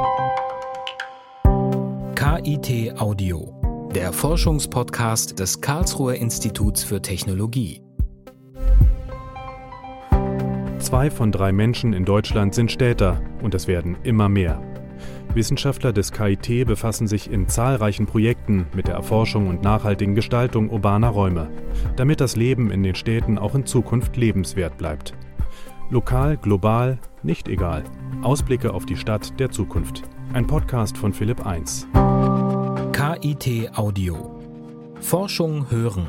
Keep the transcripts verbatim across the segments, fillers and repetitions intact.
K I T Audio, der Forschungspodcast des Karlsruher Instituts für Technologie. Zwei von drei Menschen in Deutschland sind Städter und es werden immer mehr. Wissenschaftler des K I T befassen sich in zahlreichen Projekten mit der Erforschung und nachhaltigen Gestaltung urbaner Räume, damit das Leben in den Städten auch in Zukunft lebenswert bleibt. Lokal, global, nicht egal. Ausblicke auf die Stadt der Zukunft. Ein Podcast von Philipp eins. K I T Audio. Forschung hören.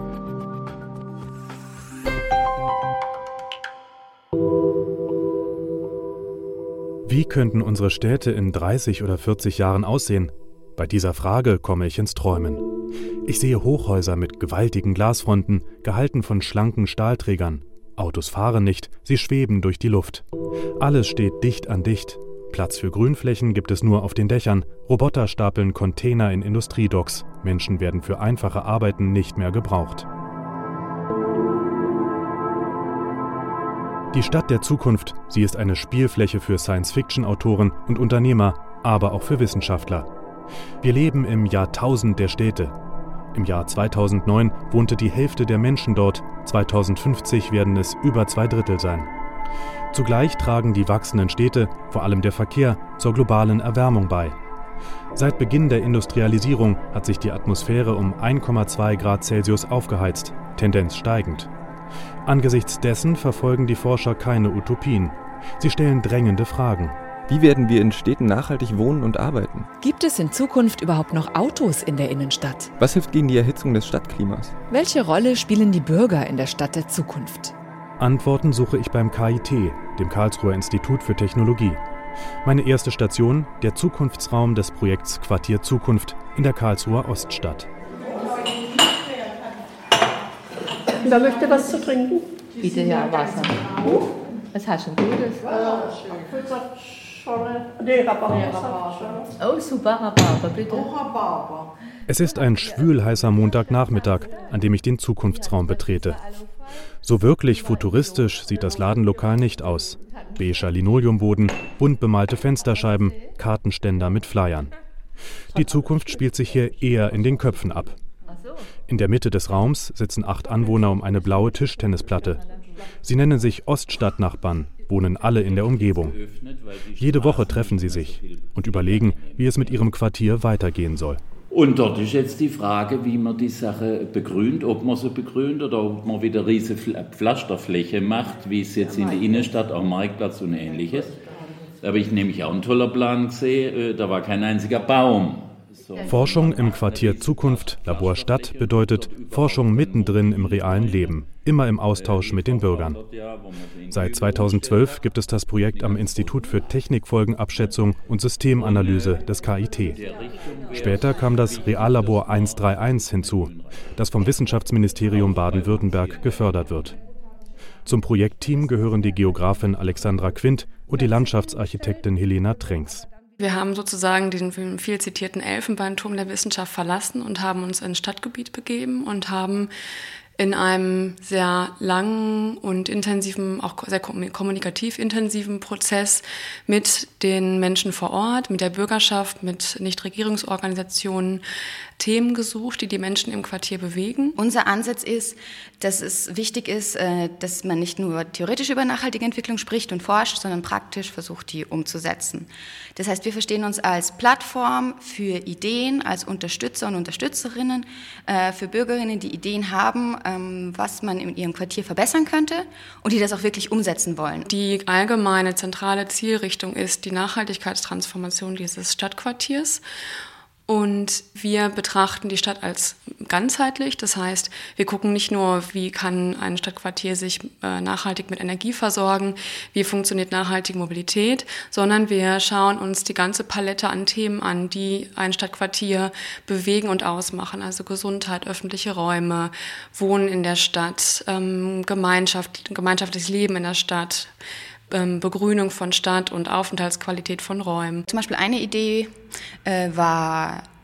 Wie könnten unsere Städte in dreißig oder vierzig Jahren aussehen? Bei dieser Frage komme ich ins Träumen. Ich sehe Hochhäuser mit gewaltigen Glasfronten, gehalten von schlanken Stahlträgern. Autos fahren nicht, sie schweben durch die Luft. Alles steht dicht an dicht. Platz für Grünflächen gibt es nur auf den Dächern. Roboter stapeln Container in Industriedocks. Menschen werden für einfache Arbeiten nicht mehr gebraucht. Die Stadt der Zukunft, sie ist eine Spielfläche für Science-Fiction-Autoren und Unternehmer, aber auch für Wissenschaftler. Wir leben im Jahrtausend der Städte. Im Jahr zweitausendneun wohnte die Hälfte der Menschen dort, zweitausendfünfzig werden es über zwei Drittel sein. Zugleich tragen die wachsenden Städte, vor allem der Verkehr, zur globalen Erwärmung bei. Seit Beginn der Industrialisierung hat sich die Atmosphäre um eins Komma zwei Grad Celsius aufgeheizt, Tendenz steigend. Angesichts dessen verfolgen die Forscher keine Utopien. Sie stellen drängende Fragen. Wie werden wir in Städten nachhaltig wohnen und arbeiten? Gibt es in Zukunft überhaupt noch Autos in der Innenstadt? Was hilft gegen die Erhitzung des Stadtklimas? Welche Rolle spielen die Bürger in der Stadt der Zukunft? Antworten suche ich beim K I T, dem Karlsruher Institut für Technologie. Meine erste Station, der Zukunftsraum des Projekts Quartier Zukunft in der Karlsruher Oststadt. Wer möchte was zu trinken? Bitte, ja, Wasser. Was hast du denn Gutes? Nee, Rhabarber. Oh, super, Rhabarber, bitte. Es ist ein schwülheißer Montagnachmittag, an dem ich den Zukunftsraum betrete. So wirklich futuristisch sieht das Ladenlokal nicht aus. Beiger Linoleumboden, bunt bemalte Fensterscheiben, Kartenständer mit Flyern. Die Zukunft spielt sich hier eher in den Köpfen ab. In der Mitte des Raums sitzen acht Anwohner um eine blaue Tischtennisplatte. Sie nennen sich Oststadtnachbarn, wohnen alle in der Umgebung. Jede Woche treffen sie sich und überlegen, wie es mit ihrem Quartier weitergehen soll. Und dort ist jetzt die Frage, wie man die Sache begrünt, ob man sie begrünt oder ob man wieder riesige Pflasterfläche macht, wie es jetzt in der Innenstadt, am Marktplatz und Ähnliches. Da habe ich nämlich auch einen tollen Plan gesehen, da war kein einziger Baum. Forschung im Quartier Zukunft, Labor Stadt bedeutet Forschung mittendrin im realen Leben, immer im Austausch mit den Bürgern. Seit zweitausendzwölf gibt es das Projekt am Institut für Technikfolgenabschätzung und Systemanalyse des K I T. Später kam das Reallabor hunderteinunddreißig hinzu, das vom Wissenschaftsministerium Baden-Württemberg gefördert wird. Zum Projektteam gehören die Geografin Alexandra Quint und die Landschaftsarchitektin Helena Trenks. Wir haben sozusagen den viel zitierten Elfenbeinturm der Wissenschaft verlassen und haben uns ins Stadtgebiet begeben und haben in einem sehr langen und intensiven, auch sehr kommunikativ intensiven Prozess mit den Menschen vor Ort, mit der Bürgerschaft, mit Nichtregierungsorganisationen Themen gesucht, die die Menschen im Quartier bewegen. Unser Ansatz ist, dass es wichtig ist, dass man nicht nur theoretisch über nachhaltige Entwicklung spricht und forscht, sondern praktisch versucht, die umzusetzen. Das heißt, wir verstehen uns als Plattform für Ideen, als Unterstützer und Unterstützerinnen, für Bürgerinnen, die Ideen haben, was man in ihrem Quartier verbessern könnte und die das auch wirklich umsetzen wollen. Die allgemeine zentrale Zielrichtung ist die Nachhaltigkeitstransformation dieses Stadtquartiers. Und wir betrachten die Stadt als ganzheitlich. Das heißt, wir gucken nicht nur, wie kann ein Stadtquartier sich äh, nachhaltig mit Energie versorgen, wie funktioniert nachhaltige Mobilität, sondern wir schauen uns die ganze Palette an Themen an, die ein Stadtquartier bewegen und ausmachen. Also Gesundheit, öffentliche Räume, Wohnen in der Stadt, ähm, Gemeinschaft, gemeinschaftliches Leben in der Stadt, Begrünung von Stadt und Aufenthaltsqualität von Räumen. Zum Beispiel eine Idee äh, war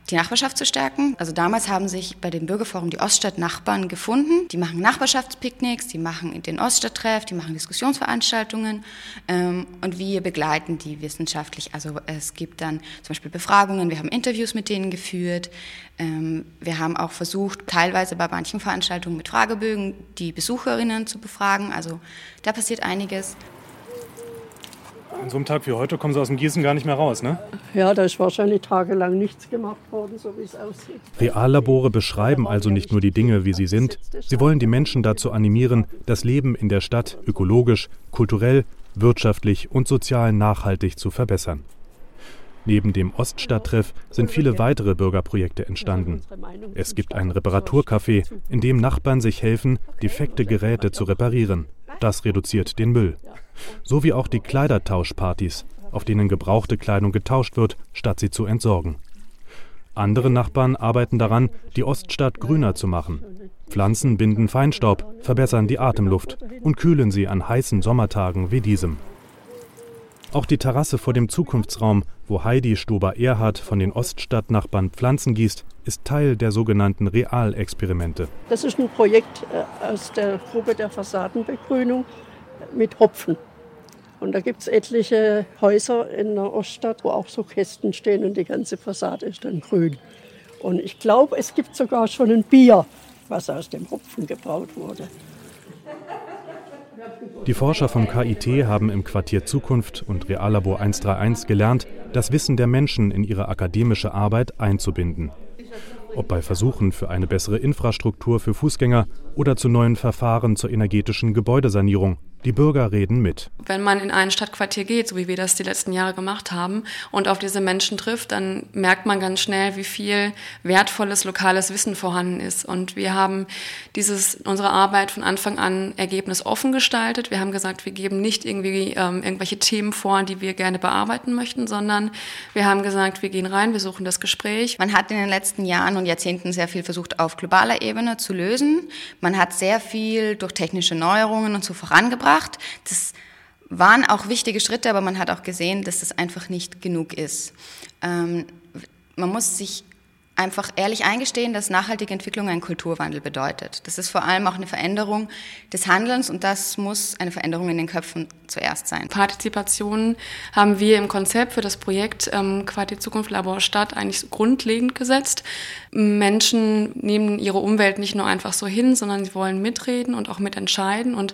die Nachbarschaft zu stärken. Also damals haben sich bei dem Bürgerforum die Oststadt-Nachbarn gefunden. Die machen Nachbarschaftspicknicks, die machen den Oststadttreff, die machen Diskussionsveranstaltungen ähm, und wir begleiten die wissenschaftlich. Also es gibt dann zum Beispiel Befragungen, wir haben Interviews mit denen geführt. Ähm, wir haben auch versucht, teilweise bei manchen Veranstaltungen mit Fragebögen die Besucherinnen zu befragen. Also da passiert einiges. An so einem Tag wie heute kommen Sie aus dem Gießen gar nicht mehr raus, ne? Ja, da ist wahrscheinlich tagelang nichts gemacht worden, so wie es aussieht. Reallabore beschreiben also nicht nur die Dinge, wie sie sind. Sie wollen die Menschen dazu animieren, das Leben in der Stadt ökologisch, kulturell, wirtschaftlich und sozial nachhaltig zu verbessern. Neben dem Oststadttreff sind viele weitere Bürgerprojekte entstanden. Es gibt ein Reparaturcafé, in dem Nachbarn sich helfen, defekte Geräte zu reparieren. Das reduziert den Müll. Sowie auch die Kleidertauschpartys, auf denen gebrauchte Kleidung getauscht wird, statt sie zu entsorgen. Andere Nachbarn arbeiten daran, die Oststadt grüner zu machen. Pflanzen binden Feinstaub, verbessern die Atemluft und kühlen sie an heißen Sommertagen wie diesem. Auch die Terrasse vor dem Zukunftsraum, wo Heidi Stober-Erhardt von den Oststadt-Nachbarn Pflanzen gießt, ist Teil der sogenannten Realexperimente. Das ist ein Projekt aus der Gruppe der Fassadenbegrünung mit Hopfen. Und da gibt es etliche Häuser in der Oststadt, wo auch so Kästen stehen und die ganze Fassade ist dann grün. Und ich glaube, es gibt sogar schon ein Bier, was aus dem Hopfen gebraut wurde. Die Forscher vom K I T haben im Quartier Zukunft und Reallabor hunderteinunddreißig gelernt, das Wissen der Menschen in ihre akademische Arbeit einzubinden. Ob bei Versuchen für eine bessere Infrastruktur für Fußgänger oder zu neuen Verfahren zur energetischen Gebäudesanierung. Die Bürger reden mit. Wenn man in ein Stadtquartier geht, so wie wir das die letzten Jahre gemacht haben, und auf diese Menschen trifft, dann merkt man ganz schnell, wie viel wertvolles lokales Wissen vorhanden ist. Und wir haben dieses, unsere Arbeit von Anfang an ergebnisoffen gestaltet. Wir haben gesagt, wir geben nicht irgendwie ähm, irgendwelche Themen vor, die wir gerne bearbeiten möchten, sondern wir haben gesagt, wir gehen rein, wir suchen das Gespräch. Man hat in den letzten Jahren und Jahrzehnten sehr viel versucht, auf globaler Ebene zu lösen. Man hat sehr viel durch technische Neuerungen und so vorangebracht. Das waren auch wichtige Schritte, aber man hat auch gesehen, dass das einfach nicht genug ist. Ähm, man muss sich einfach ehrlich eingestehen, dass nachhaltige Entwicklung einen Kulturwandel bedeutet. Das ist vor allem auch eine Veränderung des Handelns und das muss eine Veränderung in den Köpfen zuerst sein. Partizipation haben wir im Konzept für das Projekt ähm, Quartier Zukunft Labor Stadt eigentlich so grundlegend gesetzt. Menschen nehmen ihre Umwelt nicht nur einfach so hin, sondern sie wollen mitreden und auch mitentscheiden und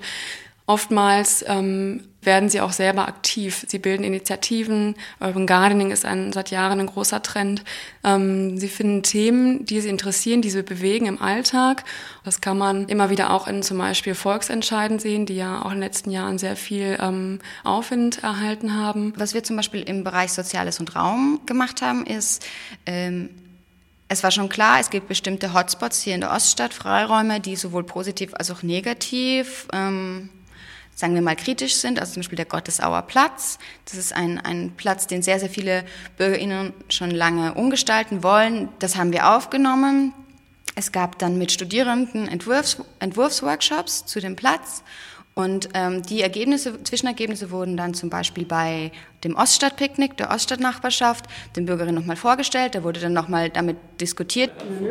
oftmals ähm, werden sie auch selber aktiv. Sie bilden Initiativen. Urban Gardening ist ein, seit Jahren ein großer Trend. Ähm, sie finden Themen, die sie interessieren, die sie bewegen im Alltag. Das kann man immer wieder auch in zum Beispiel Volksentscheiden sehen, die ja auch in den letzten Jahren sehr viel ähm, Aufwind erhalten haben. Was wir zum Beispiel im Bereich Soziales und Raum gemacht haben, ist, ähm, es war schon klar, es gibt bestimmte Hotspots hier in der Oststadt, Freiräume, die sowohl positiv als auch negativ ähm, sagen wir mal, kritisch sind, also zum Beispiel der Gottesauer Platz. Das ist ein, ein Platz, den sehr, sehr viele BürgerInnen schon lange umgestalten wollen. Das haben wir aufgenommen. Es gab dann mit Studierenden Entwurfs, Entwurfsworkshops zu dem Platz. Und ähm, die Ergebnisse, Zwischenergebnisse wurden dann zum Beispiel bei dem Oststadtpicknick, der Oststadtnachbarschaft, den Bürgerinnen nochmal vorgestellt. Da wurde dann nochmal damit diskutiert.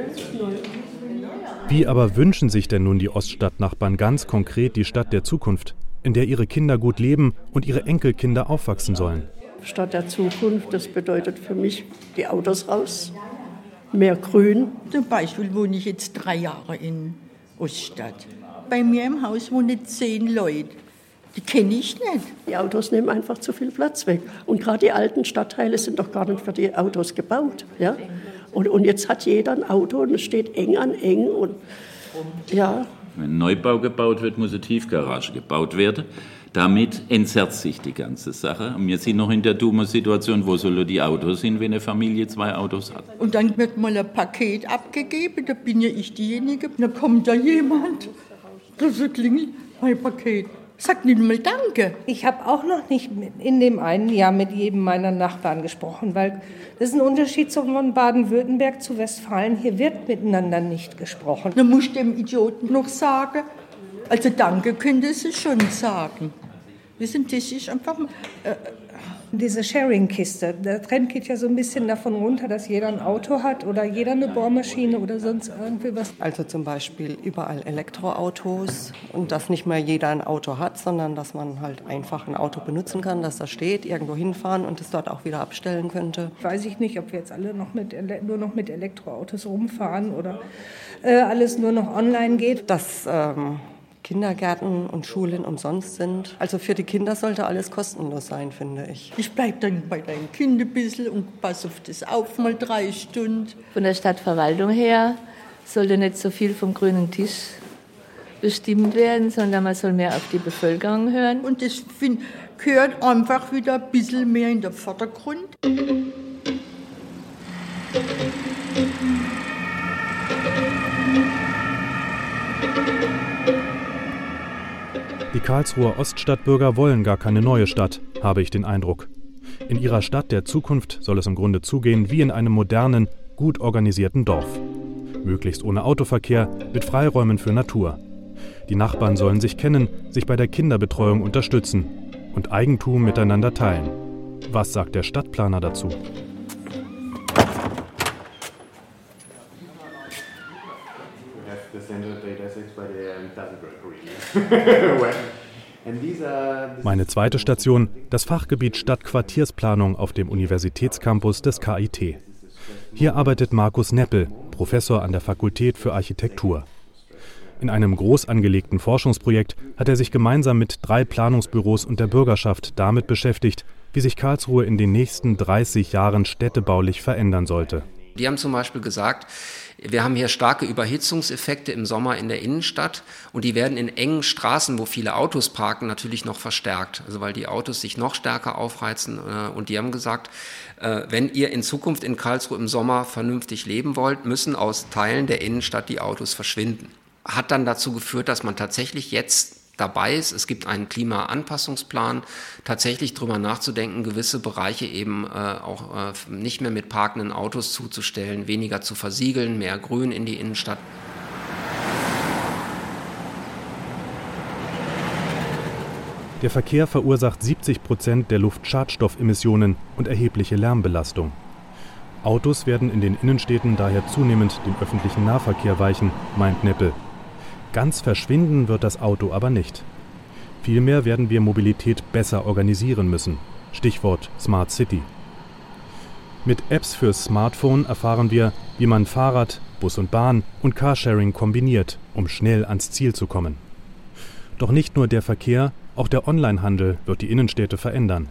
Wie aber wünschen sich denn nun die Oststadtnachbarn ganz konkret die Stadt der Zukunft, in der ihre Kinder gut leben und ihre Enkelkinder aufwachsen sollen? Stadt der Zukunft, das bedeutet für mich die Autos raus, mehr Grün. Zum Beispiel wohne ich jetzt drei Jahre in Oststadt. Bei mir im Haus wohnen zehn Leute. Die kenne ich nicht. Die Autos nehmen einfach zu viel Platz weg. Und gerade die alten Stadtteile sind doch gar nicht für die Autos gebaut. Ja? Und, und jetzt hat jeder ein Auto und es steht eng an eng. Und, ja. Wenn ein Neubau gebaut wird, muss eine Tiefgarage gebaut werden. Damit entzerrt sich die ganze Sache. Und wir sind noch in der dummen Situation, wo sollen die Autos hin, wenn eine Familie zwei Autos hat. Und dann wird mal ein Paket abgegeben, da bin ja ich diejenige. Dann kommt da jemand, das klingelt, mein Paket. Sag nicht mal Danke. Ich habe auch noch nicht in dem einen Jahr mit jedem meiner Nachbarn gesprochen, weil das ist ein Unterschied von Baden-Württemberg zu Westfalen. Hier wird miteinander nicht gesprochen. Dann muss ich dem Idioten noch sagen, also Danke könnte sie schon sagen. Wissen, das ist einfach, äh, Diese Sharing-Kiste, der Trend geht ja so ein bisschen davon runter, dass jeder ein Auto hat oder jeder eine Bohrmaschine oder sonst irgendwie was. Also zum Beispiel überall Elektroautos und dass nicht mehr jeder ein Auto hat, sondern dass man halt einfach ein Auto benutzen kann, dass da steht, irgendwo hinfahren und es dort auch wieder abstellen könnte. Weiß ich nicht, ob wir jetzt alle noch mit, nur noch mit Elektroautos rumfahren oder äh, alles nur noch online geht. Dass ähm, Kindergärten und Schulen umsonst sind. Also für die Kinder sollte alles kostenlos sein, finde ich. Ich bleibe dann bei deinem Kind ein bisschen und passe auf das auf, mal drei Stunden. Von der Stadtverwaltung her sollte nicht so viel vom grünen Tisch bestimmt werden, sondern man soll mehr auf die Bevölkerung hören. Und das find, gehört einfach wieder ein bisschen mehr in den Vordergrund. Die Karlsruher Oststadtbürger wollen gar keine neue Stadt, habe ich den Eindruck. In ihrer Stadt der Zukunft soll es im Grunde zugehen wie in einem modernen, gut organisierten Dorf. Möglichst ohne Autoverkehr, mit Freiräumen für Natur. Die Nachbarn sollen sich kennen, sich bei der Kinderbetreuung unterstützen und Eigentum miteinander teilen. Was sagt der Stadtplaner dazu? Meine zweite Station, das Fachgebiet Stadtquartiersplanung auf dem Universitätscampus des K I T. Hier arbeitet Markus Neppel, Professor an der Fakultät für Architektur. In einem groß angelegten Forschungsprojekt hat er sich gemeinsam mit drei Planungsbüros und der Bürgerschaft damit beschäftigt, wie sich Karlsruhe in den nächsten dreißig Jahren städtebaulich verändern sollte. Die haben zum Beispiel gesagt, wir haben hier starke Überhitzungseffekte im Sommer in der Innenstadt und die werden in engen Straßen, wo viele Autos parken, natürlich noch verstärkt. Also weil die Autos sich noch stärker aufheizen. Und die haben gesagt, wenn ihr in Zukunft in Karlsruhe im Sommer vernünftig leben wollt, müssen aus Teilen der Innenstadt die Autos verschwinden. Hat dann dazu geführt, dass man tatsächlich jetzt dabei ist, es gibt einen Klimaanpassungsplan, tatsächlich drüber nachzudenken, gewisse Bereiche eben äh, auch äh, nicht mehr mit parkenden Autos zuzustellen, weniger zu versiegeln, mehr Grün in die Innenstadt. Der Verkehr verursacht siebzig Prozent der Luftschadstoffemissionen und erhebliche Lärmbelastung. Autos werden in den Innenstädten daher zunehmend dem öffentlichen Nahverkehr weichen, meint Neppel. Ganz verschwinden wird das Auto aber nicht. Vielmehr werden wir Mobilität besser organisieren müssen. Stichwort Smart City. Mit Apps fürs Smartphone erfahren wir, wie man Fahrrad, Bus und Bahn und Carsharing kombiniert, um schnell ans Ziel zu kommen. Doch nicht nur der Verkehr, auch der Onlinehandel wird die Innenstädte verändern.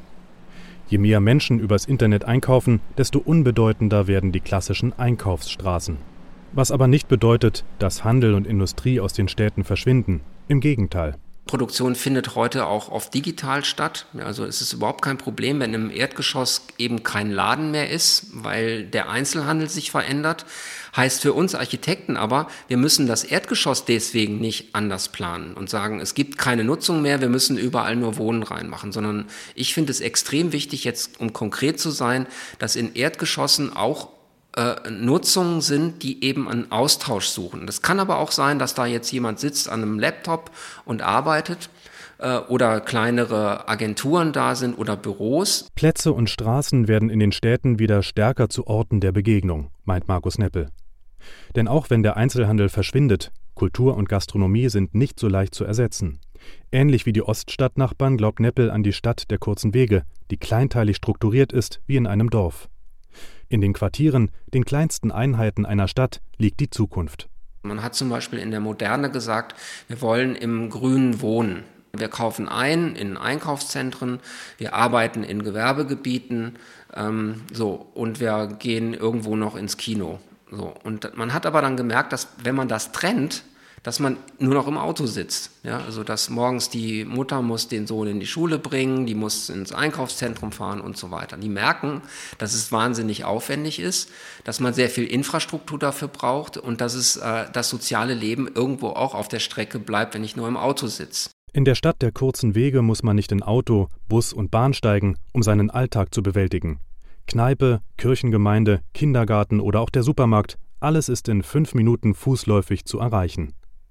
Je mehr Menschen übers Internet einkaufen, desto unbedeutender werden die klassischen Einkaufsstraßen. Was aber nicht bedeutet, dass Handel und Industrie aus den Städten verschwinden. Im Gegenteil. Produktion findet heute auch oft digital statt. Also es ist überhaupt kein Problem, wenn im Erdgeschoss eben kein Laden mehr ist, weil der Einzelhandel sich verändert. Heißt für uns Architekten aber, wir müssen das Erdgeschoss deswegen nicht anders planen und sagen, es gibt keine Nutzung mehr, wir müssen überall nur Wohnen reinmachen, sondern ich finde es extrem wichtig, jetzt um konkret zu sein, dass in Erdgeschossen auch Nutzungen sind, die eben einen Austausch suchen. Das kann aber auch sein, dass da jetzt jemand sitzt an einem Laptop und arbeitet äh, oder kleinere Agenturen da sind oder Büros. Plätze und Straßen werden in den Städten wieder stärker zu Orten der Begegnung, meint Markus Neppel. Denn auch wenn der Einzelhandel verschwindet, Kultur und Gastronomie sind nicht so leicht zu ersetzen. Ähnlich wie die Oststadtnachbarn glaubt Neppel an die Stadt der kurzen Wege, die kleinteilig strukturiert ist wie in einem Dorf. In den Quartieren, den kleinsten Einheiten einer Stadt, liegt die Zukunft. Man hat zum Beispiel in der Moderne gesagt, wir wollen im Grünen wohnen. Wir kaufen ein in Einkaufszentren, wir arbeiten in Gewerbegebieten, ähm, so, und wir gehen irgendwo noch ins Kino. So. Und man hat aber dann gemerkt, dass wenn man das trennt, dass man nur noch im Auto sitzt. Ja, also dass morgens die Mutter muss den Sohn in die Schule bringen, die muss ins Einkaufszentrum fahren und so weiter. Die merken, dass es wahnsinnig aufwendig ist, dass man sehr viel Infrastruktur dafür braucht und dass es äh, das soziale Leben irgendwo auch auf der Strecke bleibt, wenn ich nur im Auto sitze. In der Stadt der kurzen Wege muss man nicht in Auto, Bus und Bahn steigen, um seinen Alltag zu bewältigen. Kneipe, Kirchengemeinde, Kindergarten oder auch der Supermarkt, alles ist in fünf Minuten fußläufig zu erreichen.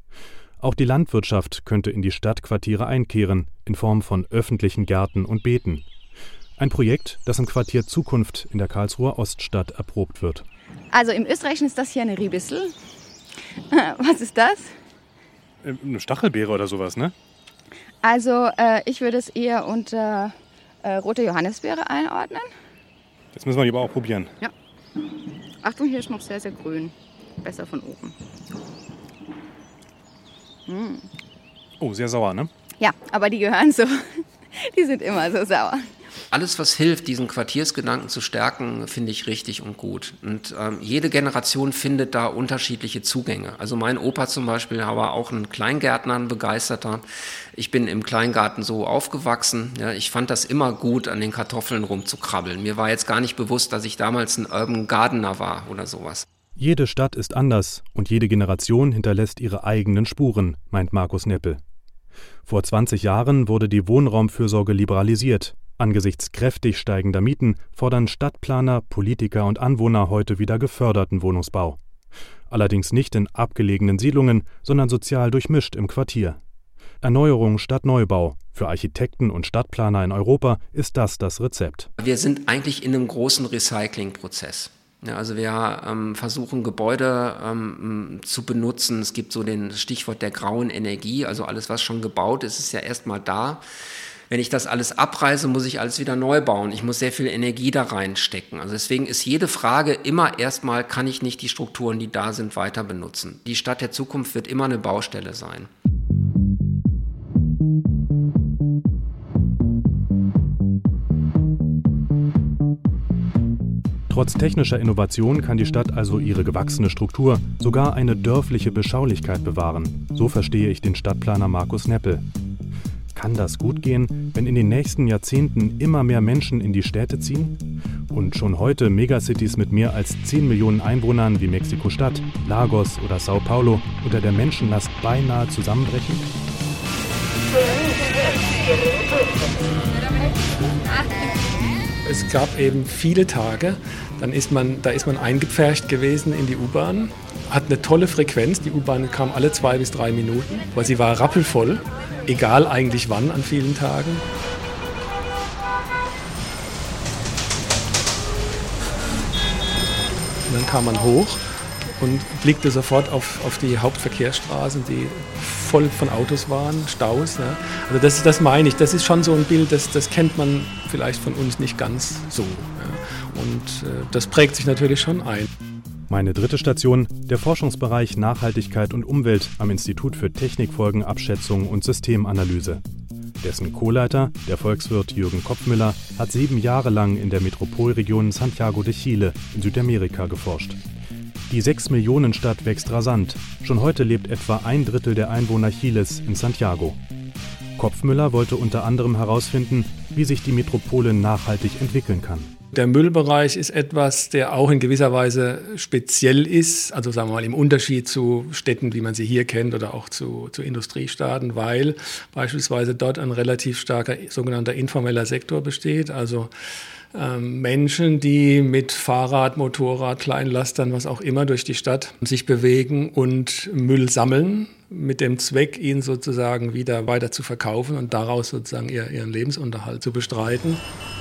Auch die Landwirtschaft könnte in die Stadtquartiere einkehren, in Form von öffentlichen Gärten und Beeten. Ein Projekt, das im Quartier Zukunft in der Karlsruher Oststadt erprobt wird. Also im Österreichischen ist das hier eine Ribissel. Was ist das? Eine Stachelbeere oder sowas, ne? Also äh, ich würde es eher unter äh, rote Johannisbeere einordnen. Das müssen wir aber auch probieren. Ja. Achtung, hier ist noch sehr, sehr grün. Besser von oben. Mm. Oh, sehr sauer, ne? Ja, aber die gehören so. Die sind immer so sauer. Alles, was hilft, diesen Quartiersgedanken zu stärken, finde ich richtig und gut. Und ähm, jede Generation findet da unterschiedliche Zugänge. Also mein Opa zum Beispiel war auch ein Kleingärtner, ein Begeisterter. Ich bin im Kleingarten so aufgewachsen. Ja, ich fand das immer gut, an den Kartoffeln rumzukrabbeln. Mir war jetzt gar nicht bewusst, dass ich damals ein Urban Gardener war oder sowas. Jede Stadt ist anders und jede Generation hinterlässt ihre eigenen Spuren, meint Markus Neppel. Vor zwanzig Jahren wurde die Wohnraumfürsorge liberalisiert. Angesichts kräftig steigender Mieten fordern Stadtplaner, Politiker und Anwohner heute wieder geförderten Wohnungsbau. Allerdings nicht in abgelegenen Siedlungen, sondern sozial durchmischt im Quartier. Erneuerung statt Neubau. Für Architekten und Stadtplaner in Europa ist das das Rezept. Wir sind eigentlich in einem großen Recyclingprozess. Ja, also wir ähm, versuchen Gebäude ähm, zu benutzen. Es gibt so den Stichwort der grauen Energie, also alles, was schon gebaut ist, ist ja erstmal da. Wenn ich das alles abreiße, muss ich alles wieder neu bauen. Ich muss sehr viel Energie da reinstecken. Also deswegen ist jede Frage immer erstmal, kann ich nicht die Strukturen, die da sind, weiter benutzen. Die Stadt der Zukunft wird immer eine Baustelle sein. Trotz technischer Innovation kann die Stadt also ihre gewachsene Struktur, sogar eine dörfliche Beschaulichkeit bewahren. So verstehe ich den Stadtplaner Markus Neppel. Kann das gut gehen, wenn in den nächsten Jahrzehnten immer mehr Menschen in die Städte ziehen? Und schon heute Megacities mit mehr als zehn Millionen Einwohnern wie Mexiko-Stadt, Lagos oder Sao Paulo unter der Menschenlast beinahe zusammenbrechen? Es gab eben viele Tage, dann ist man, da ist man eingepfercht gewesen in die U-Bahn, hat eine tolle Frequenz, die U-Bahn kam alle zwei bis drei Minuten, weil sie war rappelvoll, egal eigentlich wann an vielen Tagen. Und dann kam man hoch und blickte sofort auf, auf die Hauptverkehrsstraßen, die voll von Autos waren, Staus. Ja. Also das, das meine ich, das ist schon so ein Bild, das, das kennt man vielleicht von uns nicht ganz so. Ja. Und äh, das prägt sich natürlich schon ein. Meine dritte Station, der Forschungsbereich Nachhaltigkeit und Umwelt am Institut für Technikfolgenabschätzung und Systemanalyse. Dessen Co-Leiter, der Volkswirt Jürgen Kopfmüller, hat sieben Jahre lang in der Metropolregion Santiago de Chile in Südamerika geforscht. Die Sechs-Millionen-Stadt wächst rasant. Schon heute lebt etwa ein Drittel der Einwohner Chiles in Santiago. Kopfmüller wollte unter anderem herausfinden, wie sich die Metropole nachhaltig entwickeln kann. Der Müllbereich ist etwas, der auch in gewisser Weise speziell ist, also sagen wir mal im Unterschied zu Städten, wie man sie hier kennt oder auch zu, zu Industriestaaten, weil beispielsweise dort ein relativ starker sogenannter informeller Sektor besteht, also ähm, Menschen, die mit Fahrrad, Motorrad, Kleinlastern, was auch immer durch die Stadt sich bewegen und Müll sammeln, mit dem Zweck, ihn sozusagen wieder weiter zu verkaufen und daraus sozusagen ihren Lebensunterhalt zu bestreiten.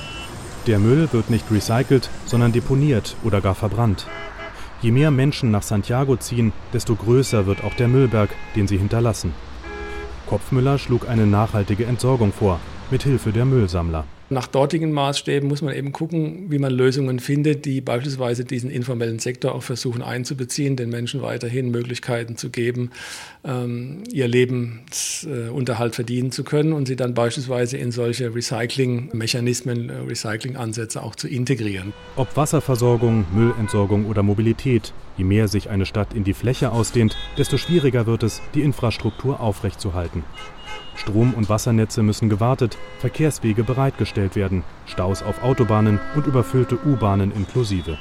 Der Müll wird nicht recycelt, sondern deponiert oder gar verbrannt. Je mehr Menschen nach Santiago ziehen, desto größer wird auch der Müllberg, den sie hinterlassen. Kopfmüller schlug eine nachhaltige Entsorgung vor, mit Hilfe der Müllsammler. Nach dortigen Maßstäben muss man eben gucken, wie man Lösungen findet, die beispielsweise diesen informellen Sektor auch versuchen einzubeziehen, den Menschen weiterhin Möglichkeiten zu geben, ähm, ihr Lebensunterhalt verdienen zu können und sie dann beispielsweise in solche Recycling-Mechanismen, äh, Recycling-Ansätze auch zu integrieren. Ob Wasserversorgung, Müllentsorgung oder Mobilität, je mehr sich eine Stadt in die Fläche ausdehnt, desto schwieriger wird es, die Infrastruktur aufrechtzuerhalten. Strom- und Wassernetze müssen gewartet, Verkehrswege bereitgestellt werden, Staus auf Autobahnen und überfüllte U-Bahnen inklusive.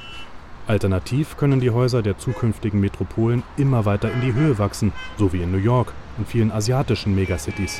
Alternativ können die Häuser der zukünftigen Metropolen immer weiter in die Höhe wachsen, so wie in New York und vielen asiatischen Megacities.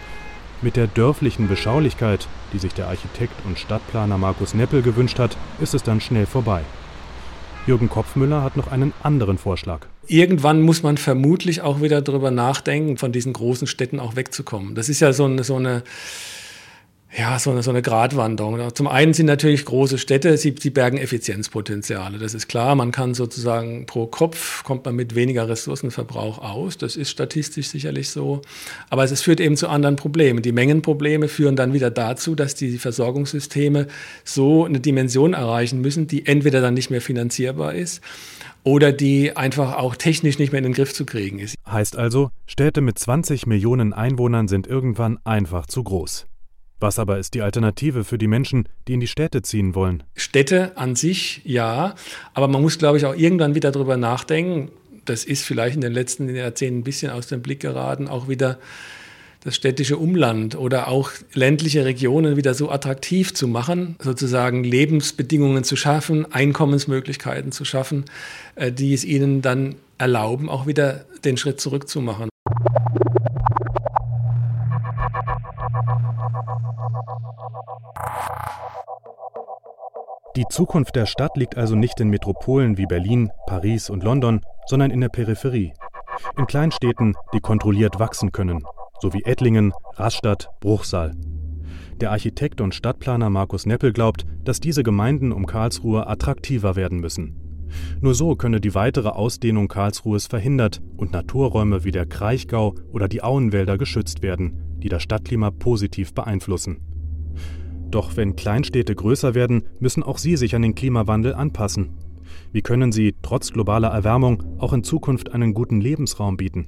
Mit der dörflichen Beschaulichkeit, die sich der Architekt und Stadtplaner Markus Neppel gewünscht hat, ist es dann schnell vorbei. Jürgen Kopfmüller hat noch einen anderen Vorschlag. Irgendwann muss man vermutlich auch wieder darüber nachdenken, von diesen großen Städten auch wegzukommen. Das ist ja so eine, so eine Ja, so eine, so eine Gratwanderung. Zum einen sind natürlich große Städte, sie, sie bergen Effizienzpotenziale. Das ist klar, man kann sozusagen pro Kopf, kommt man mit weniger Ressourcenverbrauch aus. Das ist statistisch sicherlich so. Aber es führt eben zu anderen Problemen. Die Mengenprobleme führen dann wieder dazu, dass die Versorgungssysteme so eine Dimension erreichen müssen, die entweder dann nicht mehr finanzierbar ist oder die einfach auch technisch nicht mehr in den Griff zu kriegen ist. Heißt also, Städte mit zwanzig Millionen Einwohnern sind irgendwann einfach zu groß. Was aber ist die Alternative für die Menschen, die in die Städte ziehen wollen? Städte an sich, ja. Aber man muss, glaube ich, auch irgendwann wieder darüber nachdenken. Das ist vielleicht in den letzten Jahrzehnten ein bisschen aus dem Blick geraten, auch wieder das städtische Umland oder auch ländliche Regionen wieder so attraktiv zu machen, sozusagen Lebensbedingungen zu schaffen, Einkommensmöglichkeiten zu schaffen, die es ihnen dann erlauben, auch wieder den Schritt zurück zu machen. Die Zukunft der Stadt liegt also nicht in Metropolen wie Berlin, Paris und London, sondern in der Peripherie. In Kleinstädten, die kontrolliert wachsen können, so wie Ettlingen, Rastatt, Bruchsal. Der Architekt und Stadtplaner Markus Neppel glaubt, dass diese Gemeinden um Karlsruhe attraktiver werden müssen. Nur so könne die weitere Ausdehnung Karlsruhes verhindert und Naturräume wie der Kraichgau oder die Auenwälder geschützt werden, die das Stadtklima positiv beeinflussen. Doch wenn Kleinstädte größer werden, müssen auch sie sich an den Klimawandel anpassen. Wie können sie, trotz globaler Erwärmung, auch in Zukunft einen guten Lebensraum bieten?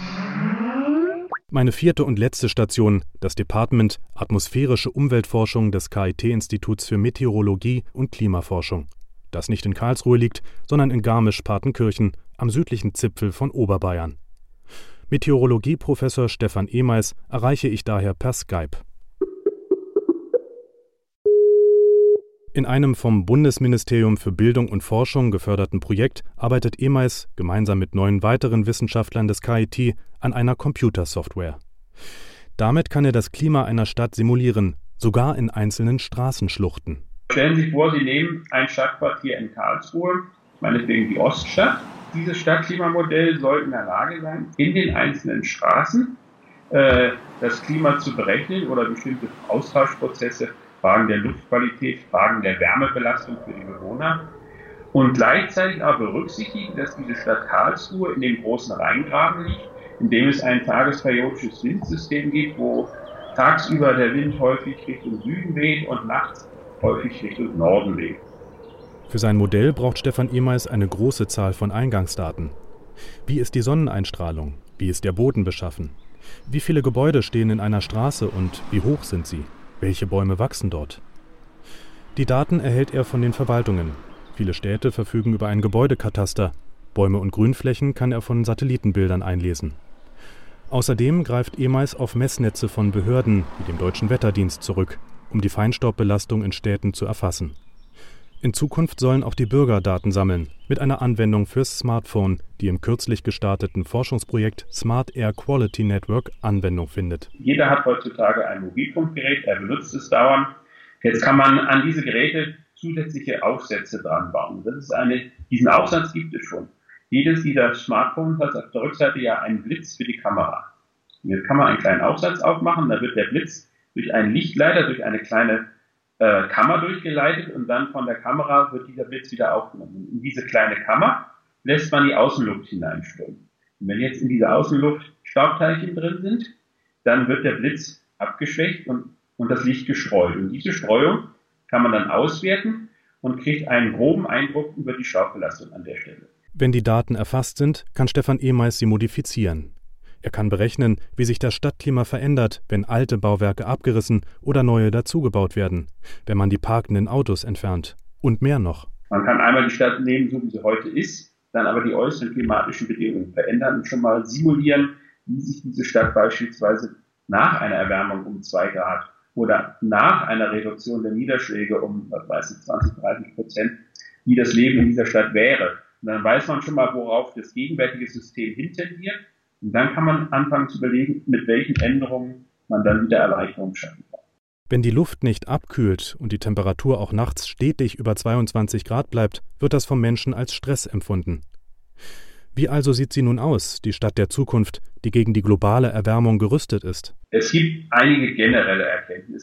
Meine vierte und letzte Station, das Department Atmosphärische Umweltforschung des K I T-Instituts für Meteorologie und Klimaforschung, das nicht in Karlsruhe liegt, sondern in Garmisch-Partenkirchen, am südlichen Zipfel von Oberbayern. Meteorologieprofessor Stefan Ehmeis erreiche ich daher per Skype. In einem vom Bundesministerium für Bildung und Forschung geförderten Projekt arbeitet Ehmeis gemeinsam mit neun weiteren Wissenschaftlern des K I T an einer Computersoftware. Damit kann er das Klima einer Stadt simulieren, sogar in einzelnen Straßenschluchten. Stellen Sie sich vor, Sie nehmen ein Stadtquartier in Karlsruhe, meinetwegen die Oststadt. Dieses Stadtklimamodell soll in der Lage sein, in den einzelnen Straßen äh, das Klima zu berechnen oder bestimmte Austauschprozesse, Fragen der Luftqualität, Fragen der Wärmebelastung für die Bewohner und gleichzeitig auch berücksichtigen, dass diese Stadt Karlsruhe in dem großen Rheingraben liegt, in dem es ein tagesperiodisches Windsystem gibt, wo tagsüber der Wind häufig Richtung Süden weht und nachts häufig Richtung Norden weht. Für sein Modell braucht Stefan Ehmeis eine große Zahl von Eingangsdaten. Wie ist die Sonneneinstrahlung? Wie ist der Boden beschaffen? Wie viele Gebäude stehen in einer Straße und wie hoch sind sie? Welche Bäume wachsen dort? Die Daten erhält er von den Verwaltungen. Viele Städte verfügen über ein Gebäudekataster. Bäume und Grünflächen kann er von Satellitenbildern einlesen. Außerdem greift Ehmeis auf Messnetze von Behörden wie dem Deutschen Wetterdienst zurück, um die Feinstaubbelastung in Städten zu erfassen. In Zukunft sollen auch die Bürger Daten sammeln, mit einer Anwendung fürs Smartphone, die im kürzlich gestarteten Forschungsprojekt Smart Air Quality Network Anwendung findet. Jeder hat heutzutage ein Mobilfunkgerät, er benutzt es dauernd. Jetzt kann man an diese Geräte zusätzliche Aufsätze dran bauen. Das ist eine, diesen Aufsatz gibt es schon. Jedes dieser Smartphones hat auf der Rückseite ja einen Blitz für die Kamera. Und jetzt kann man einen kleinen Aufsatz aufmachen, da wird der Blitz durch einen Lichtleiter, durch eine kleine äh, Kammer durchgeleitet und dann von der Kamera wird dieser Blitz wieder aufgenommen. In diese kleine Kammer lässt man die Außenluft hineinströmen. Und wenn jetzt in dieser Außenluft Staubteilchen drin sind, dann wird der Blitz abgeschwächt und, und das Licht gestreut. Und diese Streuung kann man dann auswerten und kriegt einen groben Eindruck über die Staubbelastung an der Stelle. Wenn die Daten erfasst sind, kann Stefan Ehmeis sie modifizieren. Er kann berechnen, wie sich das Stadtklima verändert, wenn alte Bauwerke abgerissen oder neue dazugebaut werden, wenn man die parkenden Autos entfernt und mehr noch. Man kann einmal die Stadt nehmen, so wie sie heute ist, dann aber die äußeren klimatischen Bedingungen verändern und schon mal simulieren, wie sich diese Stadt beispielsweise nach einer Erwärmung um zwei Grad oder nach einer Reduktion der Niederschläge um, was weiß ich, zwanzig, dreißig Prozent, wie das Leben in dieser Stadt wäre. Und dann weiß man schon mal, worauf das gegenwärtige System hintendiert. Und dann kann man anfangen zu überlegen, mit welchen Änderungen man dann wieder Erleichterungen schaffen kann. Wenn die Luft nicht abkühlt und die Temperatur auch nachts stetig über zweiundzwanzig Grad bleibt, wird das vom Menschen als Stress empfunden. Wie also sieht sie nun aus, die Stadt der Zukunft, die gegen die globale Erwärmung gerüstet ist? Es gibt einige generelle Erkenntnisse.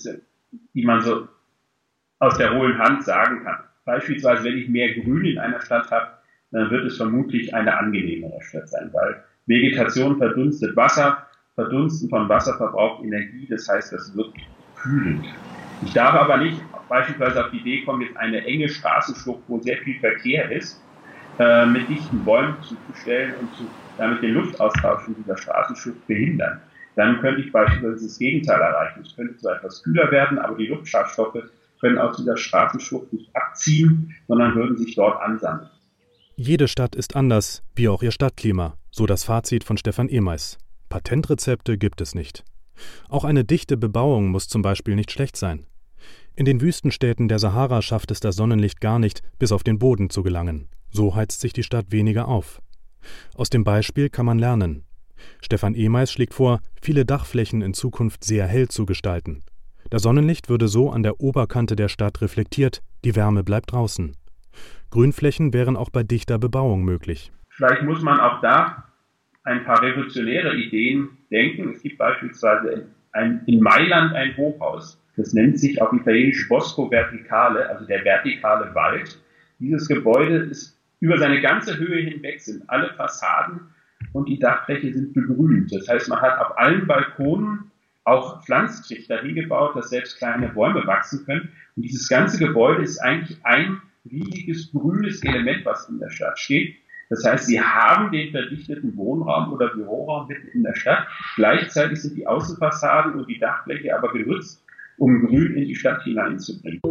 die man so aus der hohlen Hand sagen kann. Beispielsweise, wenn ich mehr Grün in einer Stadt habe, dann wird es vermutlich eine angenehmere Stadt sein, weil Vegetation verdunstet Wasser, Verdunsten von Wasser verbraucht Energie, das heißt, das wird kühlend. Ich darf aber nicht beispielsweise auf die Idee kommen, jetzt eine enge Straßenschlucht, wo sehr viel Verkehr ist, äh, mit dichten Bäumen zuzustellen und zu, damit den Luftaustausch in dieser Straßenschlucht behindern. Dann könnte ich beispielsweise das Gegenteil erreichen. Es könnte zwar etwas kühler werden, aber die Luftschadstoffe können aus dieser Straßenschlucht nicht abziehen, sondern würden sich dort ansammeln. Jede Stadt ist anders, wie auch ihr Stadtklima, so das Fazit von Stefan Ehmeis. Patentrezepte gibt es nicht. Auch eine dichte Bebauung muss zum Beispiel nicht schlecht sein. In den Wüstenstädten der Sahara schafft es das Sonnenlicht gar nicht, bis auf den Boden zu gelangen. So heizt sich die Stadt weniger auf. Aus dem Beispiel kann man lernen. Stefan Ehmeis schlägt vor, viele Dachflächen in Zukunft sehr hell zu gestalten. Das Sonnenlicht würde so an der Oberkante der Stadt reflektiert, die Wärme bleibt draußen. Grünflächen wären auch bei dichter Bebauung möglich. Vielleicht muss man auch da ein paar revolutionäre Ideen denken. Es gibt beispielsweise ein, in Mailand ein Hochhaus. Das nennt sich auf Italienisch Bosco Verticale, also der vertikale Wald. Dieses Gebäude ist über seine ganze Höhe hinweg, sind alle Fassaden und die Dachfläche sind begrünt. Das heißt, man hat auf allen Balkonen auch Pflanztrichter hingebaut, dass selbst kleine Bäume wachsen können. Und dieses ganze Gebäude ist eigentlich ein riesiges grünes Element, was in der Stadt steht. Das heißt, sie haben den verdichteten Wohnraum oder Büroraum mitten in der Stadt. Gleichzeitig sind die Außenfassaden und die Dachfläche aber genutzt, um Grün in die Stadt hineinzubringen.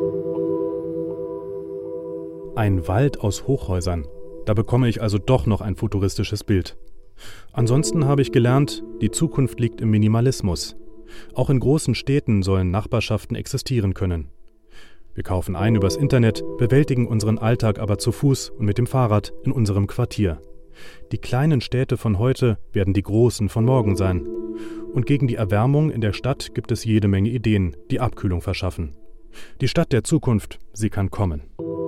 Ein Wald aus Hochhäusern. Da bekomme ich also doch noch ein futuristisches Bild. Ansonsten habe ich gelernt, die Zukunft liegt im Minimalismus. Auch in großen Städten sollen Nachbarschaften existieren können. Wir kaufen ein übers Internet, bewältigen unseren Alltag aber zu Fuß und mit dem Fahrrad in unserem Quartier. Die kleinen Städte von heute werden die großen von morgen sein. Und gegen die Erwärmung in der Stadt gibt es jede Menge Ideen, die Abkühlung verschaffen. Die Stadt der Zukunft, sie kann kommen.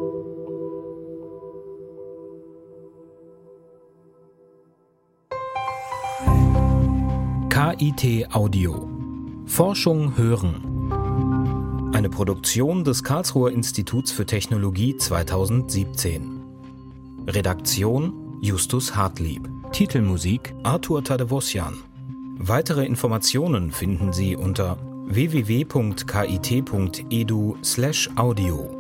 K I T Audio. Forschung hören. Eine Produktion des Karlsruher Instituts für Technologie zweitausendsiebzehn. Redaktion Justus Hartlieb. Titelmusik Arthur Tadevosyan. Weitere Informationen finden Sie unter w w w punkt k i t punkt e d u slash audio.